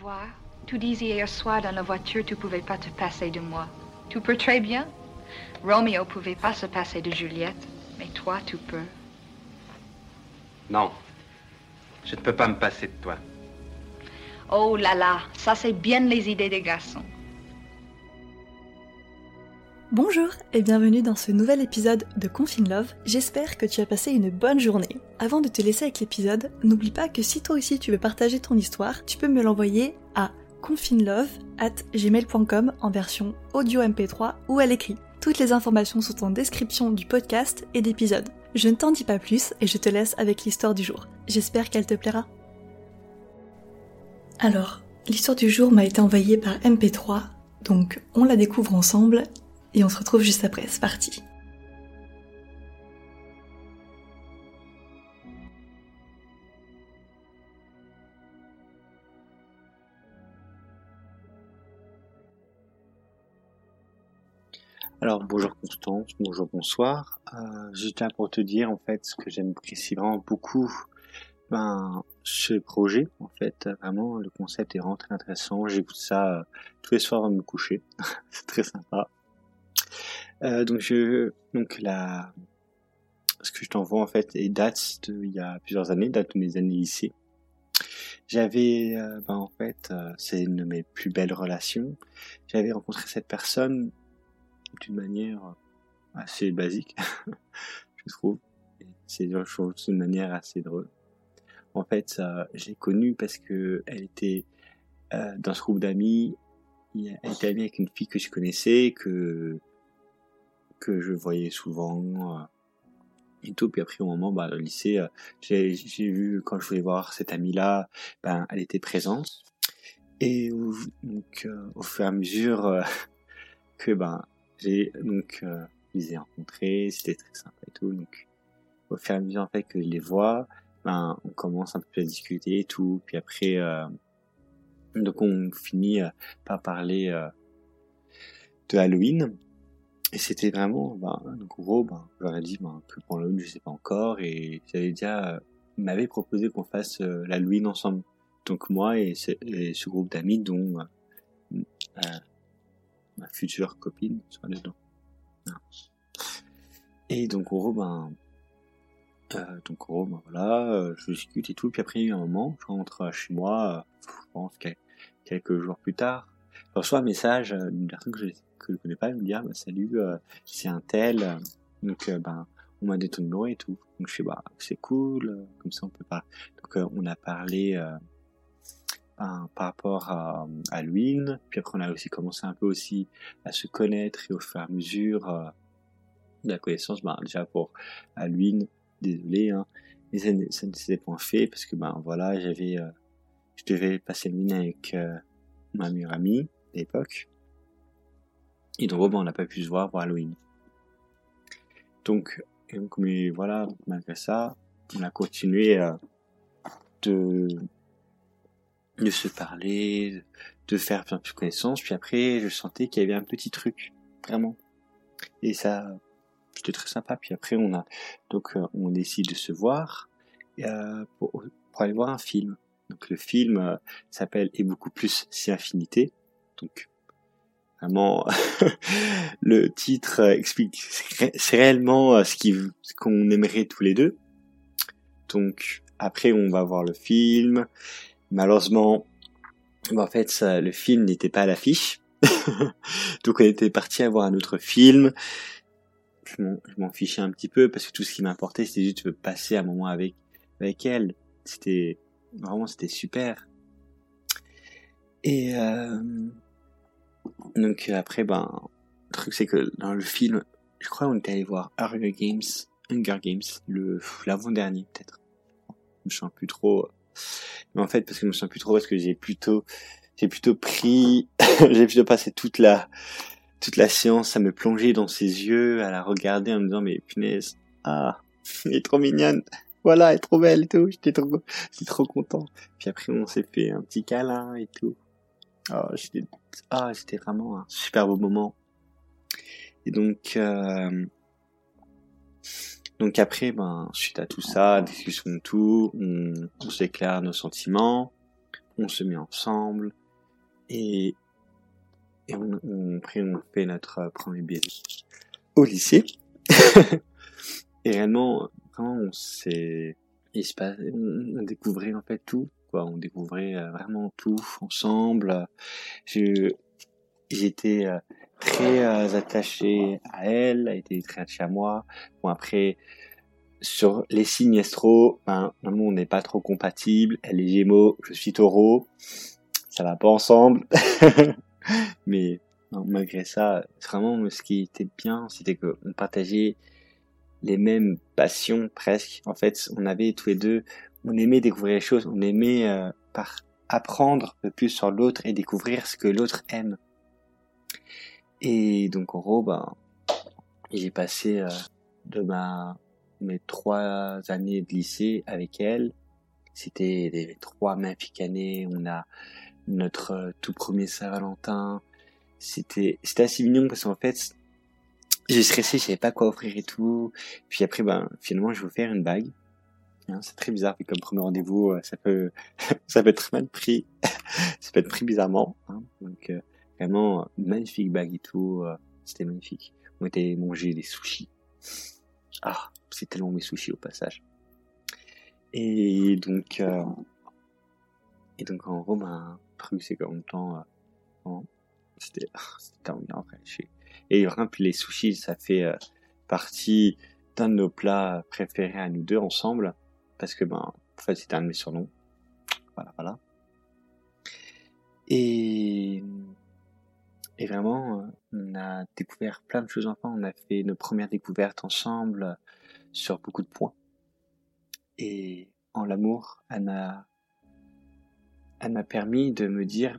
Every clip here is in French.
vois, tu disais hier soir dans la voiture, tu pouvais pas te passer de moi. Tu peux très bien. Roméo pouvait pas se passer de Juliette, mais toi, tu peux. Non, je ne peux pas me passer de toi. Oh là là, ça c'est bien les idées des garçons. Bonjour et bienvenue dans ce nouvel épisode de Confine Love, j'espère que tu as passé une bonne journée. Avant de te laisser avec l'épisode, n'oublie pas que si toi aussi tu veux partager ton histoire, tu peux me l'envoyer à confinelove@gmail.com en version audio MP3 ou à l'écrit. Toutes les informations sont en description du podcast et d'épisode. Je ne t'en dis pas plus et je te laisse avec l'histoire du jour. J'espère qu'elle te plaira. Alors, l'histoire du jour m'a été envoyée par MP3, donc on la découvre ensemble. Et on se retrouve juste après, c'est parti. Alors bonjour Constance, bonjour, bonsoir. Je tiens pour te dire en fait ce que j'apprécie vraiment beaucoup ce projet. En fait, vraiment le concept est vraiment très intéressant. J'écoute ça tous les soirs avant de me coucher. C'est très sympa. Ce que je t'envoie en fait date il y a plusieurs années, date de mes années lycée. J'avais, c'est une de mes plus belles relations. J'avais rencontré cette personne d'une manière assez basique, je trouve. Et c'est d'une manière assez drôle. En fait, je l'ai connue parce que elle était dans ce groupe d'amis. Elle était amie avec une fille que je connaissais, que je voyais souvent et tout. Puis après au moment au lycée, j'ai vu quand je voulais voir cette amie-là, elle était présente. Et au fur et à mesure que je les ai rencontrés, c'était très sympa et tout. Donc au fur et à mesure en fait que je les vois, on commence un peu à discuter et tout. Puis après donc on finit par parler de Halloween. Et c'était vraiment, donc en gros, j'aurais dit que pour Halloween, je sais pas encore, et j'avais déjà, il m'avait proposé qu'on fasse l'Halloween ensemble. Donc moi et ce groupe d'amis dont ma future copine soit dedans. Et donc en gros, je discute et tout, puis après il y a eu un moment, je rentre chez moi, je pense quelques jours plus tard, je reçois un message d'une personne que je connais pas, elle me dit salut, c'est un tel, on m'a donné ton numéro et tout, donc je fais c'est cool, comme ça on peut pas, donc on a parlé par rapport à Halloween, puis après on a aussi commencé un peu aussi à se connaître et au fur et à mesure de la connaissance, déjà pour Halloween, désolé, mais ça ne s'était point fait parce que je devais passer Halloween avec ma meilleure amie à l'époque. Et donc on n'a pas pu se voir pour Halloween. Donc mais voilà, malgré ça, on a continué de se parler, de faire bien plus connaissance. Puis après, je sentais qu'il y avait un petit truc, vraiment. Et ça, c'était très sympa. Puis après, on décide de se voir pour aller voir un film. Donc le film s'appelle Et beaucoup plus si infinité. Donc vraiment, le titre explique, c'est réellement ce qu'on aimerait tous les deux. Donc après, on va voir le film. Malheureusement, le film n'était pas à l'affiche. Donc on était parti à voir un autre film. Je m'en fichais un petit peu parce que tout ce qui m'importait, c'était juste de passer un moment avec elle. C'était super. Et donc après, le truc c'est que dans le film, je crois on était allé voir Hunger Games, l'avant-dernier peut-être. Je me sens plus trop. Mais en fait, parce que j'ai plutôt pris, j'ai plutôt passé toute la séance à me plonger dans ses yeux, à la regarder en me disant mais punaise, elle est trop mignonne. Voilà, elle est trop belle et tout, j'étais trop content. Puis après, on s'est fait un petit câlin et tout. C'était vraiment un super beau moment. Et donc après, suite à tout ça, discussion de tout, on s'éclaire nos sentiments. on se met ensemble et on fait notre premier baiser au lycée. Et réellement, vraiment, on découvrait en fait tout, quoi. On découvrait vraiment tout ensemble. J'étais très attaché à elle, elle était très attachée à moi. Bon, après, sur les signes astro, vraiment, on n'est pas trop compatibles. Elle est Gémeaux, je suis Taureau. Ça va pas ensemble. Mais non, malgré ça, vraiment, ce qui était bien, c'était que on partageait les mêmes passions presque. En fait, on avait tous les deux, on aimait découvrir les choses, on aimait apprendre le plus sur l'autre et découvrir ce que l'autre aime. Et donc en gros, j'ai passé de mes 3 années de lycée avec elle. C'était les 3 magnifiques années. On a notre tout premier Saint-Valentin. C'était assez mignon parce qu'en fait, j'ai stressé, je savais pas quoi offrir et tout. Puis après, finalement, je vais vous faire une bague. C'est très bizarre, comme premier rendez-vous, ça peut être mal pris. Ça peut être pris bizarrement. Donc, vraiment, magnifique bague et tout. C'était magnifique. On était manger des sushis. Ah, c'est tellement mes sushis au passage. Et donc en gros, truc, c'est qu'en même temps, c'était terminé après. Et vraiment, puis les sushis, ça fait partie d'un de nos plats préférés à nous deux ensemble, parce que en fait, c'était un de mes surnoms. Voilà. Et vraiment, on a découvert plein de choses enfants. On a fait nos premières découvertes ensemble sur beaucoup de points. Et en l'amour, elle m'a permis de me dire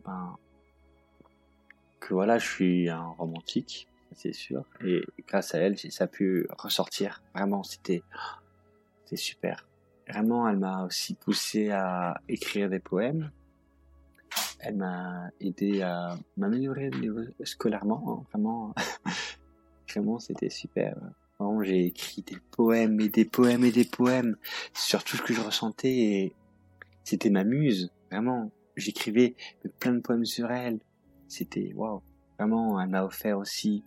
que voilà, je suis un romantique, c'est sûr. Et grâce à elle, ça a pu ressortir. Vraiment, c'était super. Vraiment, elle m'a aussi poussé à écrire des poèmes. Elle m'a aidé à m'améliorer scolairement. Vraiment, c'était super. Vraiment, j'ai écrit des poèmes et des poèmes et des poèmes sur tout ce que je ressentais et c'était ma muse. Vraiment, j'écrivais plein de poèmes sur elle. C'était waouh. Vraiment, elle m'a offert aussi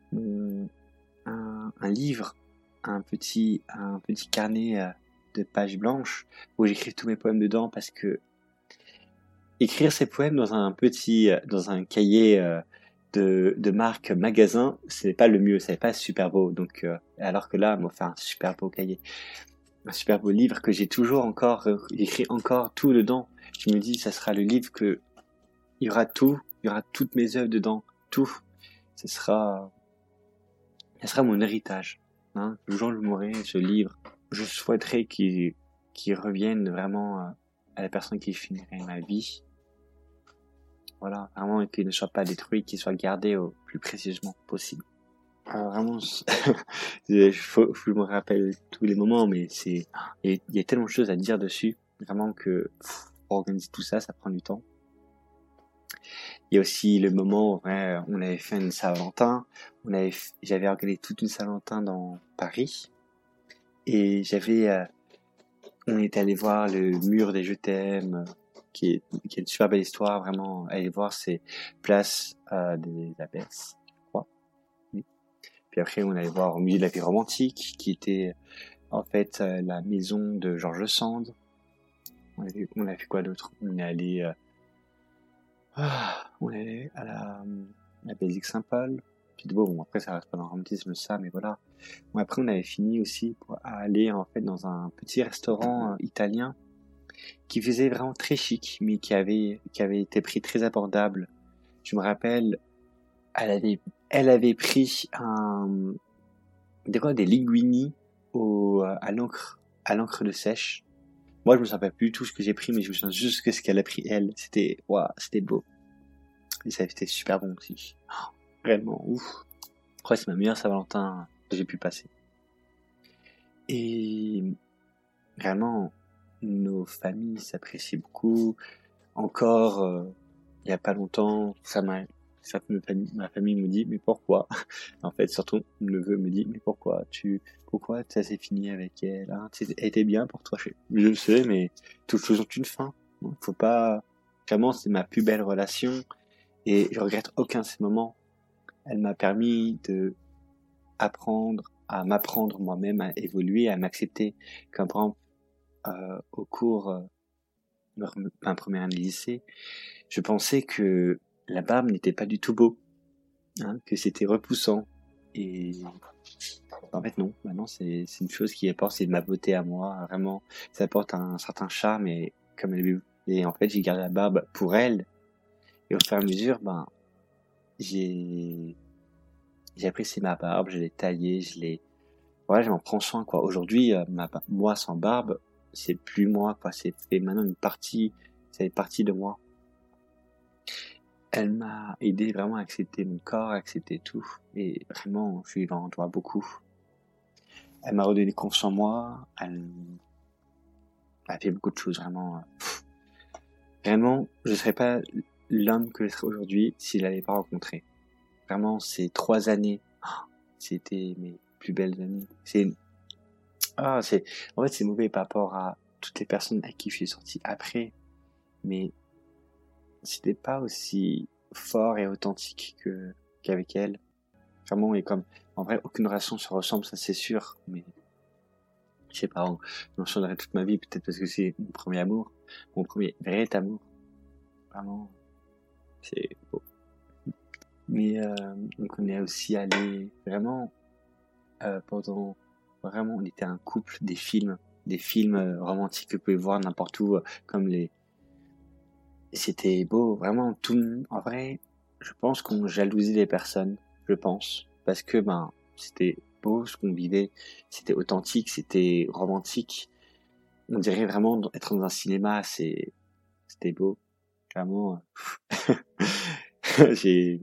un livre, un petit carnet de pages blanches où j'écris tous mes poèmes dedans parce que écrire ces poèmes dans un cahier de marque magasin, c'est pas le mieux, c'est pas super beau. Donc alors que là, elle m'a offert un super beau cahier, un super beau livre que j'ai toujours encore écrit encore tout dedans. Je me dis, ça sera le livre que il y aura toutes mes œuvres dedans, tout. Ça sera mon héritage. Le jour où je mourrai, ce livre, je souhaiterais qu'il revienne vraiment à la personne qui finirait ma vie. Voilà, vraiment, et qu'il ne soit pas détruit, qu'il soit gardé au plus précieusement possible. Vraiment, je me rappelle tous les moments, mais il y a tellement de choses à dire dessus, vraiment que pour organiser tout ça, ça prend du temps. Il y a aussi le moment où on avait fait une Saint-Valentin, j'avais organisé toute une Saint-Valentin dans Paris, et on était allé voir le mur des Je t'aime, qui est une super belle histoire, vraiment, aller voir ces places des Abbesses, je crois. Oui. Puis après, on allait voir au milieu de la vie romantique, qui était en fait la maison de George Sand. On a fait quoi d'autre? On est allé à la Basilique Saint-Paul. Puis bon, après ça reste pas dans le romantisme ça, mais voilà. Bon, après on avait fini aussi pour aller en fait dans un petit restaurant italien qui faisait vraiment très chic, mais qui avait été prix très abordable. Je me rappelle, elle avait pris des linguini à l'encre de sèche. Moi, je me souviens pas plus du tout ce que j'ai pris, mais je me souviens juste que ce qu'elle a pris elle. C'était beau. Et ça, c'était super bon aussi. Vraiment, ouf. Je crois que c'est ma meilleure Saint-Valentin que j'ai pu passer. Et vraiment, nos familles s'apprécient beaucoup. Encore, il y a pas longtemps, ma famille me dit, mais pourquoi? En fait, surtout, mon neveu me dit, mais pourquoi ça s'est fini avec elle, hein? Elle était bien pour toi, je le sais, mais toutes choses ont une fin. Il faut pas Vraiment, c'est ma plus belle relation et je regrette aucun de ces moments. Elle m'a permis de m'apprendre moi-même, à évoluer, à m'accepter. Comme par exemple, au cours de ma première année de lycée, je pensais que la barbe n'était pas du tout beau, que c'était repoussant. Et en fait non, maintenant c'est une chose qui apporte, c'est de ma beauté à moi, vraiment, ça apporte un certain charme et comme elle veut. Et en fait j'ai gardé la barbe pour elle et au fur et à mesure, j'ai apprécié ma barbe, je l'ai taillée, voilà, je m'en prends soin quoi. Aujourd'hui, moi sans barbe, c'est plus moi quoi, c'est maintenant ça fait partie de moi. Elle m'a aidé vraiment à accepter mon corps, à accepter tout et vraiment je lui en dois beaucoup. Elle m'a redonné confiance en moi, elle a fait beaucoup de choses vraiment. Vraiment, je serais pas l'homme que je serais aujourd'hui s'il l'avait pas rencontré. Vraiment, ces 3 années, c'était mes plus belles années. En fait, c'est mauvais par rapport à toutes les personnes à qui je suis sorti après, mais c'était pas aussi fort et authentique qu'avec elle. Vraiment, et comme, en vrai, aucune relation se ressemble, ça c'est sûr, mais je sais pas, j'en changerai toute ma vie, peut-être parce que c'est mon premier amour, mon premier vrai amour. Vraiment, c'est beau. Mais, donc on est aussi allé vraiment, pendant, vraiment, on était un couple, des films romantiques que vous pouvez voir n'importe où, c'était beau, vraiment en vrai, je pense qu'on jalousait les personnes, je pense, parce que, c'était beau ce qu'on vivait, c'était authentique, c'était romantique, on dirait vraiment être dans un cinéma, c'était beau, vraiment, je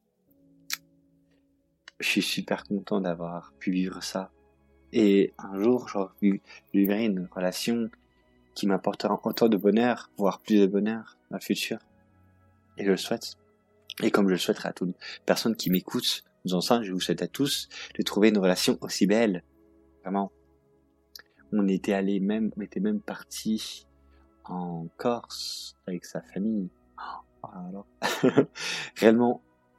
suis super content d'avoir pu vivre ça. Et un jour, je vivrai une relation qui m'apportera autant de bonheur, voire plus de bonheur dans le futur. Et je le souhaite. Et comme je le souhaiterai à toute personne qui m'écoute, nous ensemble, je vous souhaite à tous de trouver une relation aussi belle. Vraiment. On était même parti en Corse avec sa famille. Alors, réellement,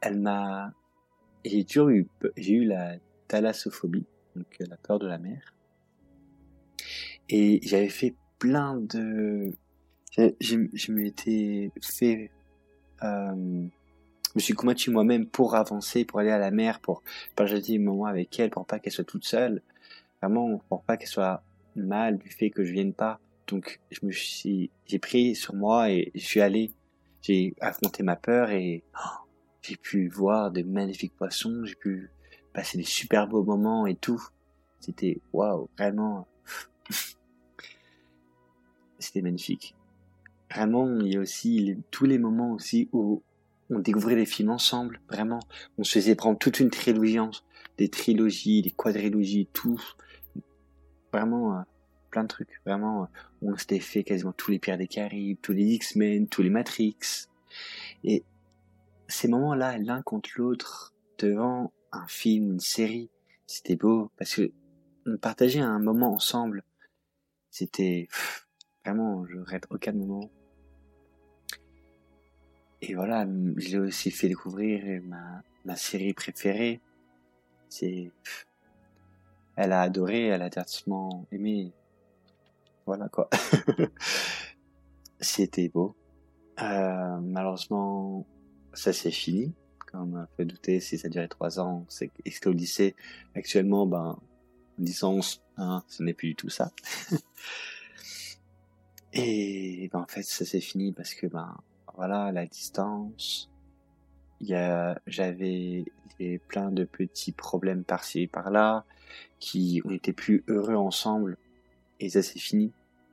j'ai eu la thalassophobie, donc la peur de la mer. Et j'avais fait je m'étais fait, je me suis combattu moi-même pour avancer, pour aller à la mer, pour partager des moments avec elle, pour pas qu'elle soit toute seule. Vraiment, pour pas qu'elle soit mal du fait que je vienne pas. Donc, j'ai pris sur moi et je suis allé, j'ai affronté ma peur et j'ai pu voir de magnifiques poissons, j'ai pu passer des super beaux moments et tout. C'était, waouh, vraiment, c'était magnifique. Vraiment, il y a aussi tous les moments aussi où on découvrait les films ensemble, vraiment. On se faisait prendre toute une trilogie, des trilogies, des quadrilogies, tout. Vraiment, plein de trucs. Vraiment, on s'était fait quasiment tous les Pirates des Caraïbes, tous les X-Men, tous les Matrix. Et ces moments-là, l'un contre l'autre, devant un film, une série, c'était beau parce que on partageait un moment ensemble. C'était vraiment, je regrette aucun moment. Et voilà, je l'ai aussi fait découvrir ma série préférée. Elle a adoré, elle a directement aimé. Voilà quoi. C'était beau. Malheureusement, ça s'est fini. Comme on peut douter, si ça a duré 3 ans, c'est qu'au lycée, actuellement, licence, ce n'est plus du tout ça. Et en fait, ça s'est fini parce que voilà, la distance. J'avais plein de petits problèmes par-ci et par-là, on était plus heureux ensemble, et ça s'est fini.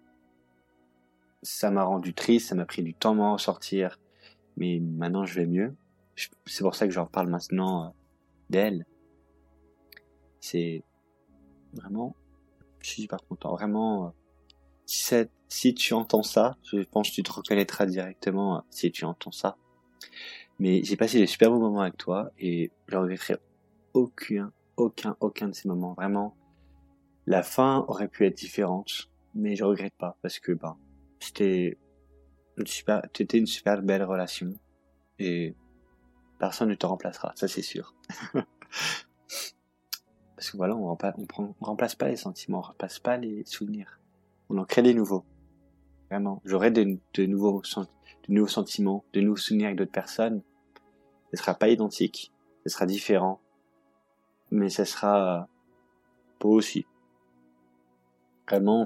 Ça m'a rendu triste, ça m'a pris du temps à m'en sortir, mais maintenant je vais mieux. C'est pour ça que j'en parle maintenant d'elle. C'est vraiment, je suis super content. Vraiment, si tu entends ça, je pense que tu te reconnaîtras directement si tu entends ça. Mais j'ai passé des super beaux moments avec toi et je regretterai aucun de ces moments. Vraiment, la fin aurait pu être différente, mais je regrette pas parce que c'était t'étais une super belle relation et personne ne te remplacera, ça c'est sûr. Parce que voilà, on remplace pas les sentiments, on remplace pas les souvenirs. On en crée des nouveaux. Vraiment. J'aurai de nouveaux sentiments, de nouveaux souvenirs avec d'autres personnes. Ce sera pas identique. Ce sera différent. Mais ça sera beau aussi. Vraiment,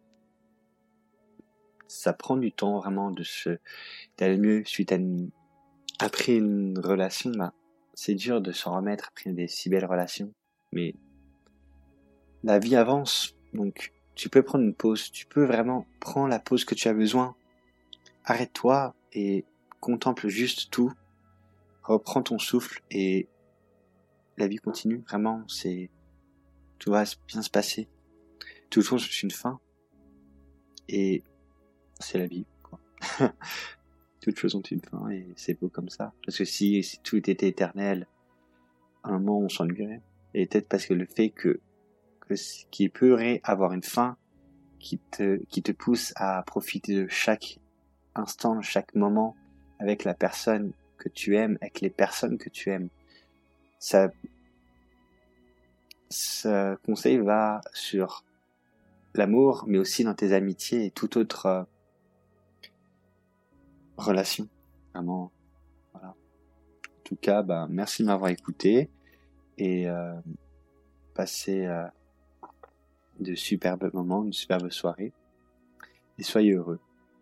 ça prend du temps vraiment d'aller mieux après une relation, c'est dur de s'en remettre après des si belles relations. Mais la vie avance, donc tu peux prendre une pause, tu peux vraiment prendre la pause que tu as besoin. Arrête-toi et contemple juste tout, reprends ton souffle et la vie continue. Vraiment, tout va bien se passer. Tout chose c'est une fin et c'est la vie, quoi. Toutes choses ont une fin et c'est beau comme ça. Parce que si tout était éternel, à un moment on s'ennuierait. Et peut-être parce que le fait qu'il pourrait avoir une fin qui te pousse à profiter de chaque instant, chaque moment avec la personne que tu aimes, avec les personnes que tu aimes. Ce conseil va sur l'amour, mais aussi dans tes amitiés et toute autre relation. Vraiment, voilà. En tout cas, merci de m'avoir écouté et passez de superbes moments, une superbe soirée et soyez heureux.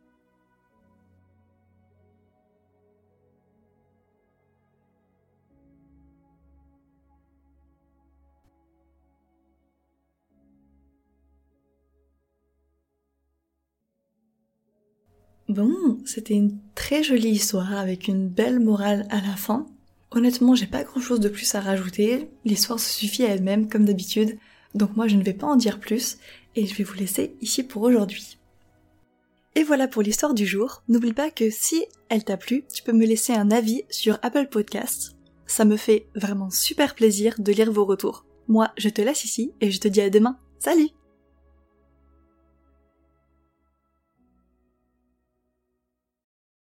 Bon, c'était une très jolie histoire avec une belle morale à la fin. Honnêtement, j'ai pas grand chose de plus à rajouter, l'histoire se suffit à elle-même comme d'habitude, donc moi je ne vais pas en dire plus, et je vais vous laisser ici pour aujourd'hui. Et voilà pour l'histoire du jour, n'oublie pas que si elle t'a plu, tu peux me laisser un avis sur Apple Podcasts, ça me fait vraiment super plaisir de lire vos retours. Moi, je te laisse ici, et je te dis à demain, salut!